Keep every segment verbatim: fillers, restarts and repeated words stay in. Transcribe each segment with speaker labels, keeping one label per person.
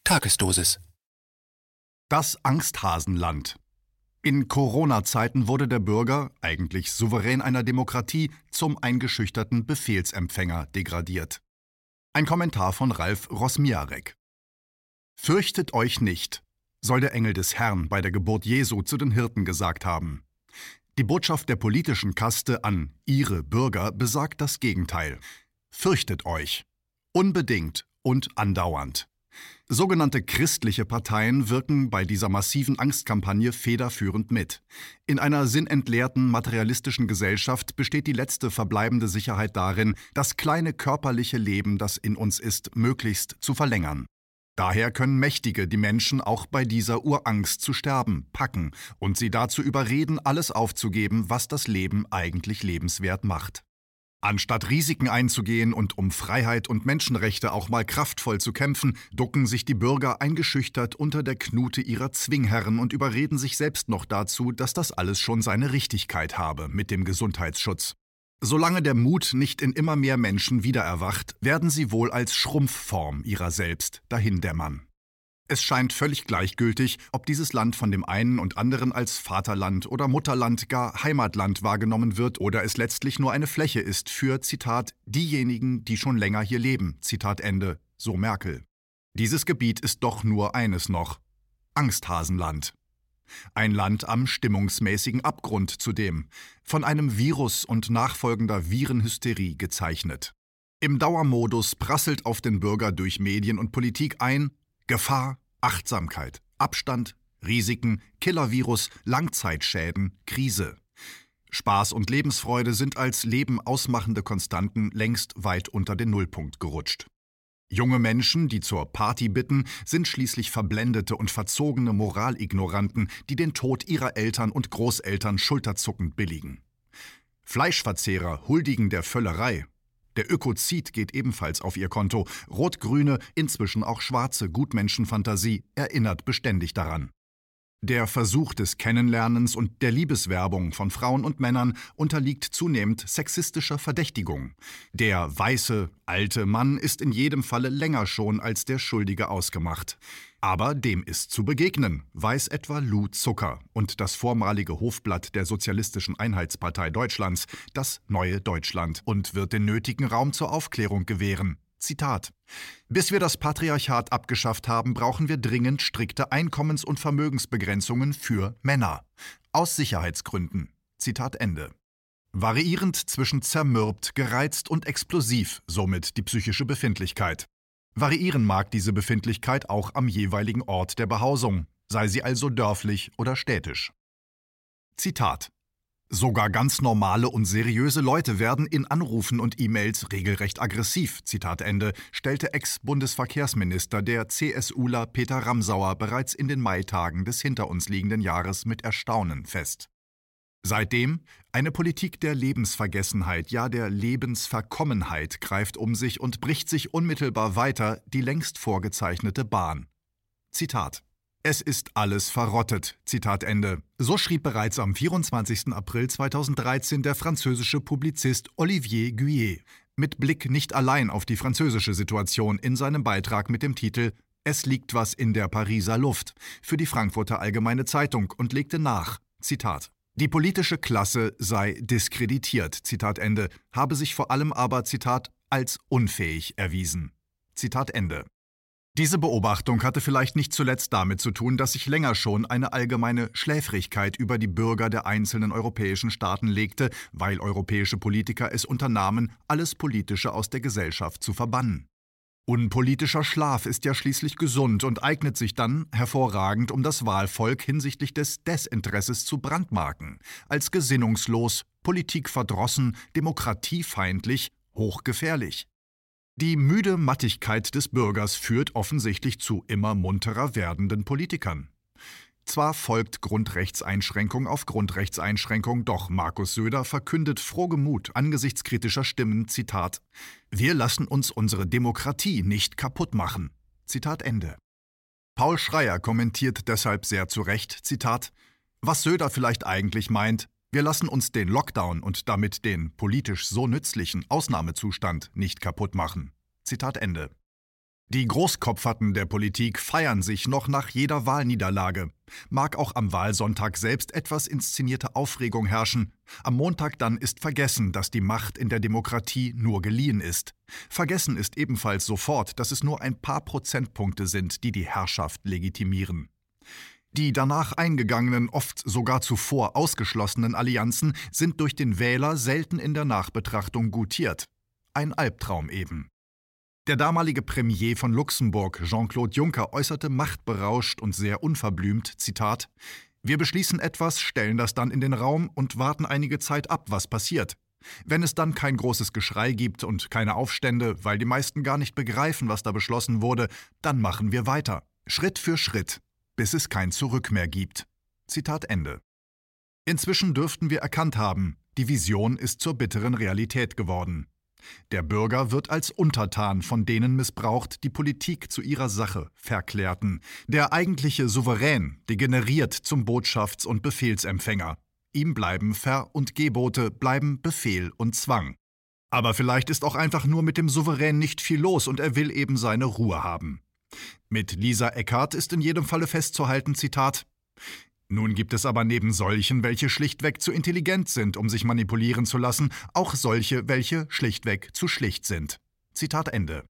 Speaker 1: Tagesdosis.
Speaker 2: Das Angsthasenland. In Corona-Zeiten wurde der Bürger, eigentlich Souverän einer Demokratie, zum eingeschüchterten Befehlsempfänger degradiert. Ein Kommentar von Ralf Rosmiarek. Fürchtet euch nicht, soll der Engel des Herrn bei der Geburt Jesu zu den Hirten gesagt haben. Die Botschaft der politischen Kaste an ihre Bürger besagt das Gegenteil. Fürchtet euch. Unbedingt und andauernd. Sogenannte christliche Parteien wirken bei dieser massiven Angstkampagne federführend mit. In einer sinnentleerten, materialistischen Gesellschaft besteht die letzte verbleibende Sicherheit darin, das kleine körperliche Leben, das in uns ist, möglichst zu verlängern. Daher können Mächtige die Menschen auch bei dieser Urangst zu sterben packen und sie dazu überreden, alles aufzugeben, was das Leben eigentlich lebenswert macht. Anstatt Risiken einzugehen und um Freiheit und Menschenrechte auch mal kraftvoll zu kämpfen, ducken sich die Bürger eingeschüchtert unter der Knute ihrer Zwingherren und überreden sich selbst noch dazu, dass das alles schon seine Richtigkeit habe mit dem Gesundheitsschutz. Solange der Mut nicht in immer mehr Menschen wiedererwacht, werden sie wohl als Schrumpfform ihrer selbst dahindämmern. Es scheint völlig gleichgültig, ob dieses Land von dem einen und anderen als Vaterland oder Mutterland, gar Heimatland wahrgenommen wird oder es letztlich nur eine Fläche ist für, Zitat, diejenigen, die schon länger hier leben, Zitat Ende, so Merkel. Dieses Gebiet ist doch nur eines noch: Angsthasenland. Ein Land am stimmungsmäßigen Abgrund zudem, von einem Virus und nachfolgender Virenhysterie gezeichnet. Im Dauermodus prasselt auf den Bürger durch Medien und Politik ein: Gefahr, Achtsamkeit, Abstand, Risiken, Killervirus, Langzeitschäden, Krise. Spaß und Lebensfreude sind als Leben ausmachende Konstanten längst weit unter den Nullpunkt gerutscht. Junge Menschen, die zur Party bitten, sind schließlich verblendete und verzogene Moralignoranten, die den Tod ihrer Eltern und Großeltern schulterzuckend billigen. Fleischverzehrer huldigen der Völlerei. Der Ökozid geht ebenfalls auf ihr Konto. Rot-grüne, inzwischen auch schwarze Gutmenschenfantasie erinnert beständig daran. Der Versuch des Kennenlernens und der Liebeswerbung von Frauen und Männern unterliegt zunehmend sexistischer Verdächtigung. Der weiße, alte Mann ist in jedem Falle länger schon als der Schuldige ausgemacht. Aber dem ist zu begegnen, weiß etwa Lou Zucker und das vormalige Hofblatt der Sozialistischen Einheitspartei Deutschlands, das Neue Deutschland, und wird den nötigen Raum zur Aufklärung gewähren. Zitat: Bis wir das Patriarchat abgeschafft haben, brauchen wir dringend strikte Einkommens- und Vermögensbegrenzungen für Männer. Aus Sicherheitsgründen. Zitat Ende. Variierend zwischen zermürbt, gereizt und explosiv, somit die psychische Befindlichkeit. Variieren mag diese Befindlichkeit auch am jeweiligen Ort der Behausung, sei sie also dörflich oder städtisch. Zitat: Sogar ganz normale und seriöse Leute werden in Anrufen und E-Mails regelrecht aggressiv, Zitat Ende, stellte Ex-Bundesverkehrsminister der CSUler Peter Ramsauer bereits in den Maitagen des hinter uns liegenden Jahres mit Erstaunen fest. Seitdem eine Politik der Lebensvergessenheit, ja der Lebensverkommenheit greift um sich und bricht sich unmittelbar weiter die längst vorgezeichnete Bahn. Zitat: Es ist alles verrottet, Zitat Ende. So schrieb bereits am vierundzwanzigsten April zweitausenddreizehn der französische Publizist Olivier Guyet, mit Blick nicht allein auf die französische Situation in seinem Beitrag mit dem Titel »Es liegt was in der Pariser Luft« für die Frankfurter Allgemeine Zeitung und legte nach, Zitat: Die politische Klasse sei diskreditiert, Zitat Ende, habe sich vor allem aber, Zitat, als unfähig erwiesen. Zitat Ende. Diese Beobachtung hatte vielleicht nicht zuletzt damit zu tun, dass sich länger schon eine allgemeine Schläfrigkeit über die Bürger der einzelnen europäischen Staaten legte, weil europäische Politiker es unternahmen, alles Politische aus der Gesellschaft zu verbannen. Unpolitischer Schlaf ist ja schließlich gesund und eignet sich dann hervorragend, um das Wahlvolk hinsichtlich des Desinteresses zu brandmarken, als gesinnungslos, politikverdrossen, demokratiefeindlich, hochgefährlich. Die müde Mattigkeit des Bürgers führt offensichtlich zu immer munterer werdenden Politikern. Zwar folgt Grundrechtseinschränkung auf Grundrechtseinschränkung, doch Markus Söder verkündet frohgemut angesichts kritischer Stimmen, Zitat: Wir lassen uns unsere Demokratie nicht kaputt machen. Zitat Ende. Paul Schreier kommentiert deshalb sehr zu Recht, Zitat: Was Söder vielleicht eigentlich meint: Wir lassen uns den Lockdown und damit den politisch so nützlichen Ausnahmezustand nicht kaputt machen. Zitat Ende. Die Großkopferten der Politik feiern sich noch nach jeder Wahlniederlage. Mag auch am Wahlsonntag selbst etwas inszenierte Aufregung herrschen. Am Montag dann ist vergessen, dass die Macht in der Demokratie nur geliehen ist. Vergessen ist ebenfalls sofort, dass es nur ein paar Prozentpunkte sind, die die Herrschaft legitimieren. Die danach eingegangenen, oft sogar zuvor ausgeschlossenen Allianzen sind durch den Wähler selten in der Nachbetrachtung gutiert. Ein Albtraum eben. Der damalige Premier von Luxemburg, Jean-Claude Juncker, äußerte machtberauscht und sehr unverblümt, Zitat: „Wir beschließen etwas, stellen das dann in den Raum und warten einige Zeit ab, was passiert. Wenn es dann kein großes Geschrei gibt und keine Aufstände, weil die meisten gar nicht begreifen, was da beschlossen wurde, dann machen wir weiter, Schritt für Schritt, bis es kein Zurück mehr gibt." Zitat Ende. Inzwischen dürften wir erkannt haben, die Vision ist zur bitteren Realität geworden. Der Bürger wird als Untertan von denen missbraucht, die Politik zu ihrer Sache verklärten. Der eigentliche Souverän degeneriert zum Botschafts- und Befehlsempfänger. Ihm bleiben Ver- und Gebote, bleiben Befehl und Zwang. Aber vielleicht ist auch einfach nur mit dem Souverän nicht viel los und er will eben seine Ruhe haben. Mit Lisa Eckhardt ist in jedem Falle festzuhalten, Zitat: „Nun gibt es aber neben solchen, welche schlichtweg zu intelligent sind, um sich manipulieren zu lassen, auch solche, welche schlichtweg zu schlicht sind." Zitat Ende.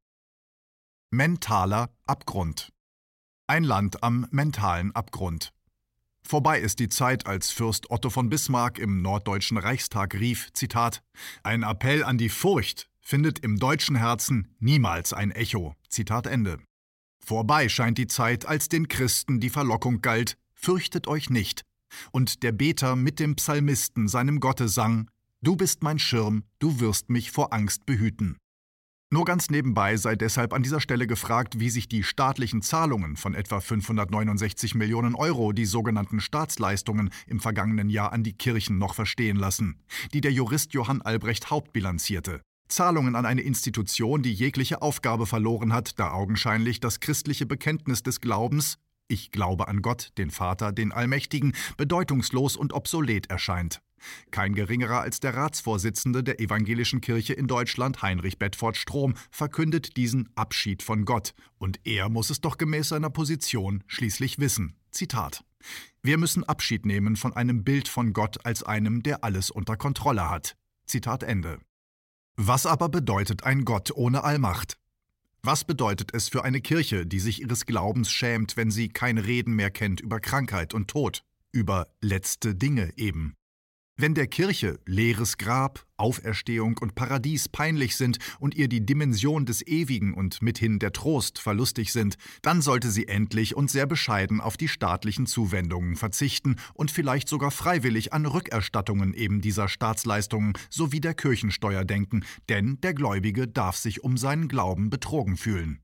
Speaker 2: Mentaler Abgrund. Ein Land am mentalen Abgrund. Vorbei ist die Zeit, als Fürst Otto von Bismarck im Norddeutschen Reichstag rief, Zitat: „Ein Appell an die Furcht findet im deutschen Herzen niemals ein Echo." Zitat Ende. Vorbei scheint die Zeit, als den Christen die Verlockung galt: „Fürchtet euch nicht." Und der Beter mit dem Psalmisten seinem Gotte sang: „Du bist mein Schirm, du wirst mich vor Angst behüten." Nur ganz nebenbei sei deshalb an dieser Stelle gefragt, wie sich die staatlichen Zahlungen von etwa fünfhundertneunundsechzig Millionen Euro, die sogenannten Staatsleistungen, im vergangenen Jahr an die Kirchen noch verstehen lassen, die der Jurist Johann Albrecht Haupt bilanzierte. Zahlungen an eine Institution, die jegliche Aufgabe verloren hat, da augenscheinlich das christliche Bekenntnis des Glaubens, „Ich glaube an Gott, den Vater, den Allmächtigen", bedeutungslos und obsolet erscheint. Kein geringerer als der Ratsvorsitzende der Evangelischen Kirche in Deutschland, Heinrich Bedford Strom, verkündet diesen Abschied von Gott. Und er muss es doch gemäß seiner Position schließlich wissen. Zitat: „Wir müssen Abschied nehmen von einem Bild von Gott als einem, der alles unter Kontrolle hat." Zitat Ende. Was aber bedeutet ein Gott ohne Allmacht? Was bedeutet es für eine Kirche, die sich ihres Glaubens schämt, wenn sie kein Reden mehr kennt über Krankheit und Tod, über letzte Dinge eben? Wenn der Kirche leeres Grab, Auferstehung und Paradies peinlich sind und ihr die Dimension des Ewigen und mithin der Trost verlustig sind, dann sollte sie endlich und sehr bescheiden auf die staatlichen Zuwendungen verzichten und vielleicht sogar freiwillig an Rückerstattungen eben dieser Staatsleistungen sowie der Kirchensteuer denken, denn der Gläubige darf sich um seinen Glauben betrogen fühlen.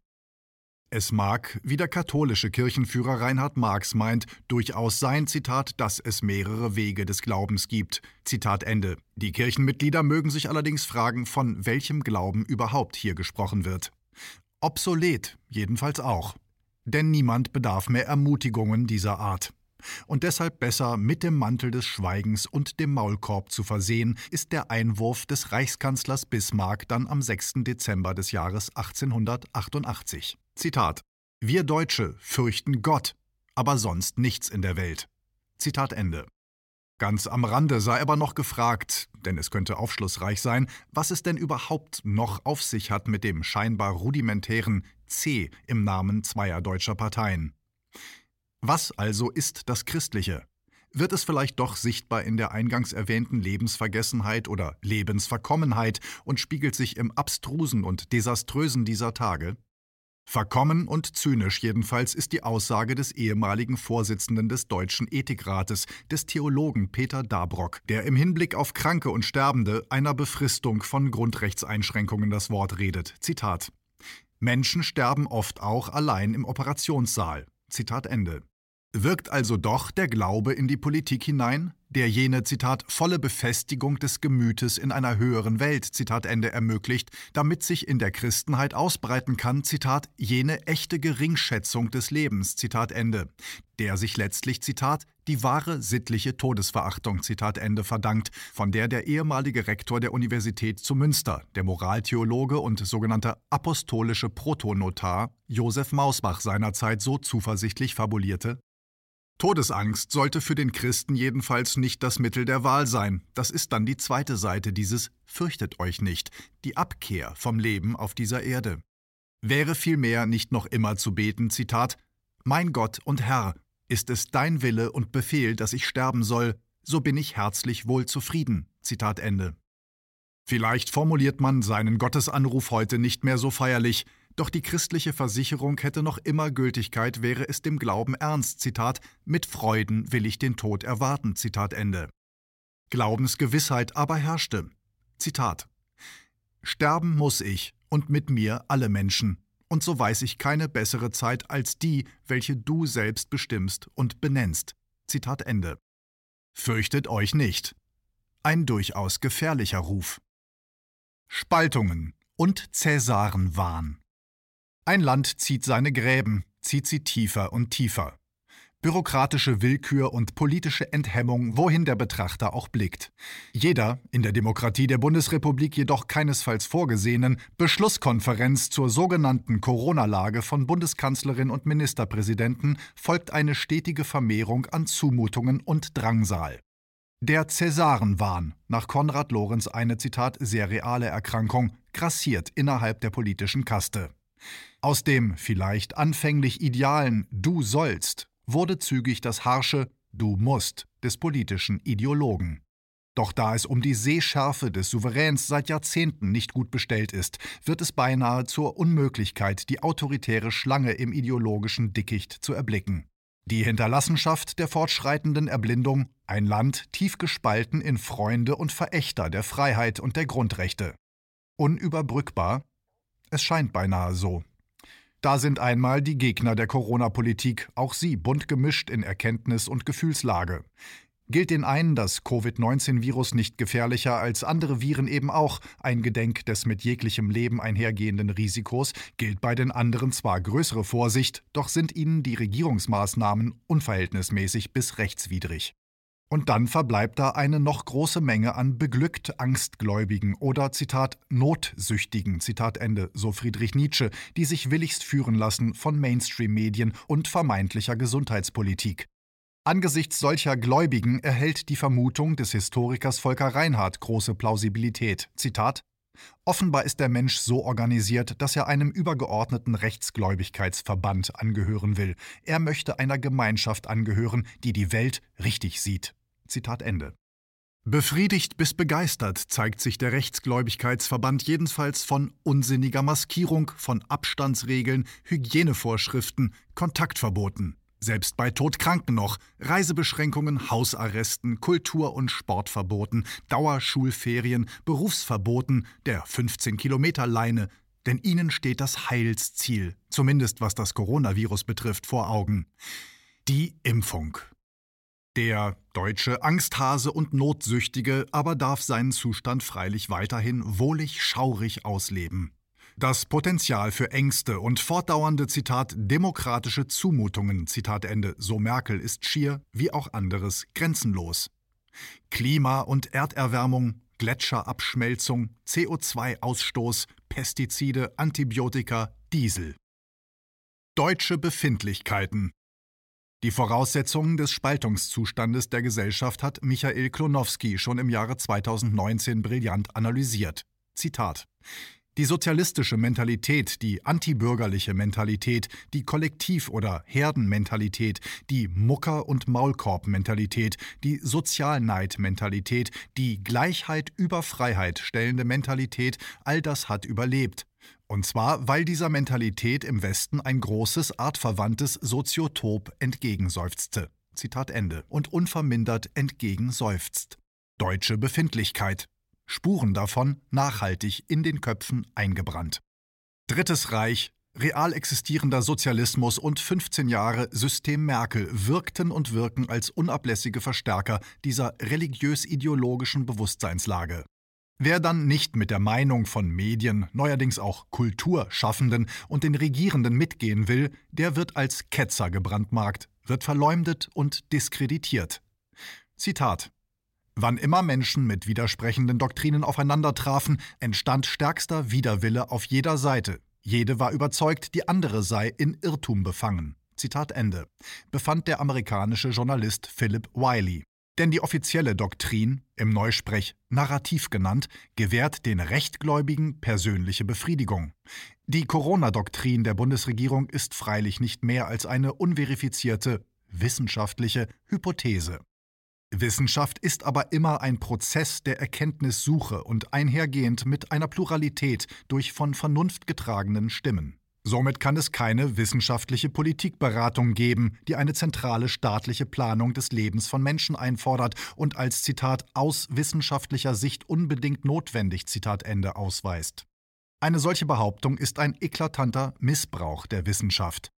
Speaker 2: Es mag, wie der katholische Kirchenführer Reinhard Marx meint, durchaus sein, Zitat, dass es mehrere Wege des Glaubens gibt. Zitat Ende. Die Kirchenmitglieder mögen sich allerdings fragen, von welchem Glauben überhaupt hier gesprochen wird. Obsolet, jedenfalls auch. Denn niemand bedarf mehr Ermutigungen dieser Art. Und deshalb besser mit dem Mantel des Schweigens und dem Maulkorb zu versehen, ist der Einwurf des Reichskanzlers Bismarck dann am sechsten Dezember des Jahres achtzehnhundertachtundachtzig. Zitat: „Wir Deutsche fürchten Gott, aber sonst nichts in der Welt." Zitat Ende. Ganz am Rande sei aber noch gefragt, denn es könnte aufschlussreich sein, was es denn überhaupt noch auf sich hat mit dem scheinbar rudimentären C im Namen zweier deutscher Parteien. Was also ist das Christliche? Wird es vielleicht doch sichtbar in der eingangs erwähnten Lebensvergessenheit oder Lebensverkommenheit und spiegelt sich im Abstrusen und Desaströsen dieser Tage? Verkommen und zynisch jedenfalls ist die Aussage des ehemaligen Vorsitzenden des Deutschen Ethikrates, des Theologen Peter Dabrock, der im Hinblick auf Kranke und Sterbende einer Befristung von Grundrechtseinschränkungen das Wort redet. Zitat: „Menschen sterben oft auch allein im Operationssaal." Zitat Ende. Wirkt also doch der Glaube in die Politik hinein? der jene, Zitat, volle Befestigung des Gemütes in einer höheren Welt, Zitat Ende, ermöglicht, damit sich in der Christenheit ausbreiten kann, Zitat, jene echte Geringschätzung des Lebens, Zitat Ende, der sich letztlich, Zitat, die wahre sittliche Todesverachtung, Zitat Ende, verdankt, von der der ehemalige Rektor der Universität zu Münster, der Moraltheologe und sogenannte apostolische Protonotar Josef Mausbach seinerzeit so zuversichtlich fabulierte: Todesangst sollte für den Christen jedenfalls nicht das Mittel der Wahl sein. Das ist dann die zweite Seite dieses »Fürchtet euch nicht«, die Abkehr vom Leben auf dieser Erde. Wäre vielmehr nicht noch immer zu beten, Zitat, »Mein Gott und Herr, ist es dein Wille und Befehl, dass ich sterben soll, so bin ich herzlich wohl zufrieden«, Zitat Ende. Vielleicht formuliert man seinen Gottesanruf heute nicht mehr so feierlich, doch die christliche Versicherung hätte noch immer Gültigkeit, wäre es dem Glauben ernst, Zitat, »mit Freuden will ich den Tod erwarten«, Zitat Ende. Glaubensgewissheit aber herrschte. Zitat, »Sterben muss ich, und mit mir alle Menschen, und so weiß ich keine bessere Zeit als die, welche du selbst bestimmst und benennst«, Zitat Ende. Fürchtet euch nicht. Ein durchaus gefährlicher Ruf. Spaltungen und Cäsarenwahn. Ein Land zieht seine Gräben, zieht sie tiefer und tiefer. Bürokratische Willkür und politische Enthemmung, wohin der Betrachter auch blickt. Jeder, in der Demokratie der Bundesrepublik jedoch keinesfalls vorgesehenen, Beschlusskonferenz zur sogenannten Corona-Lage von Bundeskanzlerin und Ministerpräsidenten folgt eine stetige Vermehrung an Zumutungen und Drangsal. Der Cäsarenwahn, nach Konrad Lorenz eine, Zitat, sehr reale Erkrankung, grassiert innerhalb der politischen Kaste. Aus dem vielleicht anfänglich idealen »Du sollst« wurde zügig das harsche »Du musst« des politischen Ideologen. Doch da es um die Sehschärfe des Souveräns seit Jahrzehnten nicht gut bestellt ist, wird es beinahe zur Unmöglichkeit, die autoritäre Schlange im ideologischen Dickicht zu erblicken. Die Hinterlassenschaft der fortschreitenden Erblindung, ein Land tief gespalten in Freunde und Verächter der Freiheit und der Grundrechte. Unüberbrückbar? Es scheint beinahe so. Da sind einmal die Gegner der Corona-Politik, auch sie bunt gemischt in Erkenntnis und Gefühlslage. Gilt den einen das Covid neunzehn Virus nicht gefährlicher als andere Viren eben auch, eingedenk des mit jeglichem Leben einhergehenden Risikos, gilt bei den anderen zwar größere Vorsicht, doch sind ihnen die Regierungsmaßnahmen unverhältnismäßig bis rechtswidrig. Und dann verbleibt da eine noch große Menge an beglückt Angstgläubigen oder, Zitat, Notsüchtigen, Zitat Ende, so Friedrich Nietzsche, die sich willigst führen lassen von Mainstream-Medien und vermeintlicher Gesundheitspolitik. Angesichts solcher Gläubigen erhält die Vermutung des Historikers Volker Reinhardt große Plausibilität. Zitat: Offenbar ist der Mensch so organisiert, dass er einem übergeordneten Rechtsgläubigkeitsverband angehören will. Er möchte einer Gemeinschaft angehören, die die Welt richtig sieht. Zitat Ende. Befriedigt bis begeistert zeigt sich der Rechtsgläubigkeitsverband jedenfalls von unsinniger Maskierung, von Abstandsregeln, Hygienevorschriften, Kontaktverboten. Selbst bei Todkranken noch, Reisebeschränkungen, Hausarresten, Kultur- und Sportverboten, Dauerschulferien, Berufsverboten, der fünfzehn-Kilometer-Leine, denn ihnen steht das Heilsziel, zumindest was das Coronavirus betrifft, vor Augen. Die Impfung. Der deutsche Angsthase und Notsüchtige aber darf seinen Zustand freilich weiterhin wohlig schaurig ausleben. Das Potenzial für Ängste und fortdauernde, Zitat, demokratische Zumutungen, Zitat Ende, so Merkel, ist schier, wie auch anderes, grenzenlos. Klima- und Erderwärmung, Gletscherabschmelzung, C O zwei Ausstoß, Pestizide, Antibiotika, Diesel. Deutsche Befindlichkeiten. Die Voraussetzungen des Spaltungszustandes der Gesellschaft hat Michael Klonowski schon im Jahre zweitausendneunzehn brillant analysiert. Zitat: Die sozialistische Mentalität, die antibürgerliche Mentalität, die Kollektiv- oder Herdenmentalität, die Mucker- und Maulkorb-Mentalität, die Sozialneid-Mentalität, die Gleichheit über Freiheit stellende Mentalität, all das hat überlebt. Und zwar, weil dieser Mentalität im Westen ein großes, artverwandtes Soziotop entgegenseufzte. Zitat Ende. Und unvermindert entgegenseufzt. Deutsche Befindlichkeit. Spuren davon nachhaltig in den Köpfen eingebrannt. Drittes Reich, Real existierender Sozialismus und fünfzehn Jahre System Merkel wirkten und wirken als unablässige Verstärker dieser religiös-ideologischen Bewusstseinslage. Wer dann nicht mit der Meinung von Medien, neuerdings auch Kulturschaffenden und den Regierenden mitgehen will, der wird als Ketzer gebrandmarkt, wird verleumdet und diskreditiert. Zitat: Wann immer Menschen mit widersprechenden Doktrinen aufeinandertrafen, entstand stärkster Widerwille auf jeder Seite. Jede war überzeugt, die andere sei in Irrtum befangen. Zitat Ende, befand der amerikanische Journalist Philip Wiley. Denn die offizielle Doktrin, im Neusprech Narrativ genannt, gewährt den Rechtgläubigen persönliche Befriedigung. Die Corona-Doktrin der Bundesregierung ist freilich nicht mehr als eine unverifizierte, wissenschaftliche Hypothese. Wissenschaft ist aber immer ein Prozess der Erkenntnissuche und einhergehend mit einer Pluralität durch von Vernunft getragenen Stimmen. Somit kann es keine wissenschaftliche Politikberatung geben, die eine zentrale staatliche Planung des Lebens von Menschen einfordert und als Zitat aus wissenschaftlicher Sicht unbedingt notwendig Zitat Ende ausweist. Eine solche Behauptung ist ein eklatanter Missbrauch der Wissenschaft.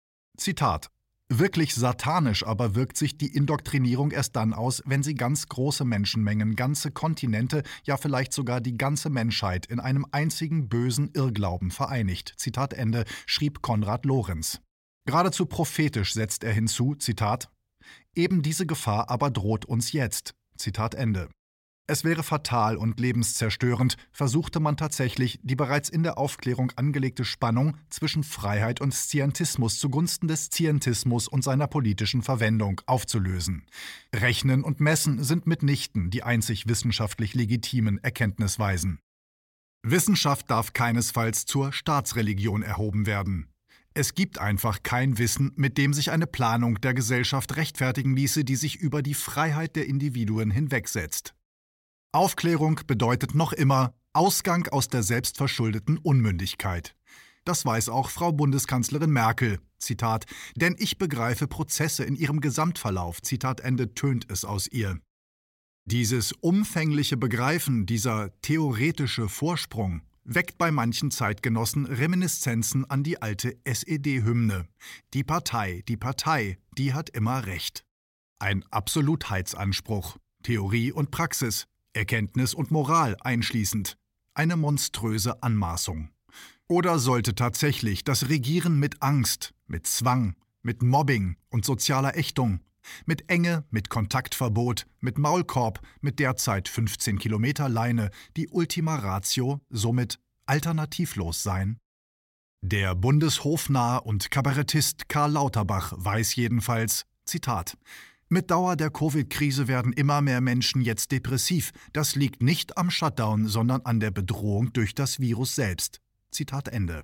Speaker 2: Zitat: Wirklich satanisch aber wirkt sich die Indoktrinierung erst dann aus, wenn sie ganz große Menschenmengen, ganze Kontinente, ja vielleicht sogar die ganze Menschheit in einem einzigen bösen Irrglauben vereinigt. Zitat Ende, schrieb Konrad Lorenz. Geradezu prophetisch setzt er hinzu, Zitat: Eben diese Gefahr aber droht uns jetzt. Zitat Ende. Es wäre fatal und lebenszerstörend, versuchte man tatsächlich, die bereits in der Aufklärung angelegte Spannung zwischen Freiheit und Scientismus zugunsten des Scientismus und seiner politischen Verwendung aufzulösen. Rechnen und Messen sind mitnichten die einzig wissenschaftlich legitimen Erkenntnisweisen. Wissenschaft darf keinesfalls zur Staatsreligion erhoben werden. Es gibt einfach kein Wissen, mit dem sich eine Planung der Gesellschaft rechtfertigen ließe, die sich über die Freiheit der Individuen hinwegsetzt. Aufklärung bedeutet noch immer Ausgang aus der selbstverschuldeten Unmündigkeit. Das weiß auch Frau Bundeskanzlerin Merkel. Zitat: Denn ich begreife Prozesse in ihrem Gesamtverlauf. Zitat Ende, tönt es aus ihr. Dieses umfängliche Begreifen, dieser theoretische Vorsprung, weckt bei manchen Zeitgenossen Reminiszenzen an die alte S E D-Hymne. Die Partei, die Partei, die hat immer Recht. Ein Absolutheitsanspruch, Theorie und Praxis, Erkenntnis und Moral einschließend. Eine monströse Anmaßung. Oder sollte tatsächlich das Regieren mit Angst, mit Zwang, mit Mobbing und sozialer Ächtung, mit Enge, mit Kontaktverbot, mit Maulkorb, mit derzeit fünfzehn Kilometer Leine die Ultima Ratio somit alternativlos sein? Der bundeshofnarr und Kabarettist Karl Lauterbach weiß jedenfalls, Zitat: Mit Dauer der Covid-Krise werden immer mehr Menschen jetzt depressiv. Das liegt nicht am Shutdown, sondern an der Bedrohung durch das Virus selbst. Zitat Ende.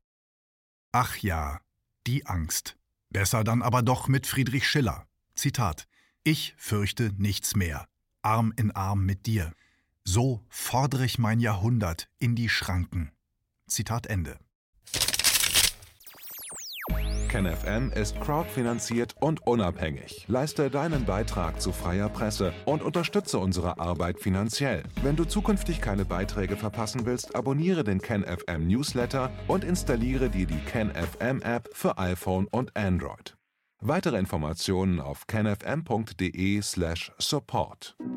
Speaker 2: Ach ja, die Angst. Besser dann aber doch mit Friedrich Schiller. Zitat: Ich fürchte nichts mehr. Arm in Arm mit dir. So fordere ich mein Jahrhundert in die Schranken. Zitat Ende.
Speaker 1: KenFM ist crowdfinanziert und unabhängig. Leiste deinen Beitrag zu freier Presse und unterstütze unsere Arbeit finanziell. Wenn du zukünftig keine Beiträge verpassen willst, abonniere den KenFM Newsletter und installiere dir die KenFM App für iPhone und Android. Weitere Informationen auf kenfm punkt de slash support.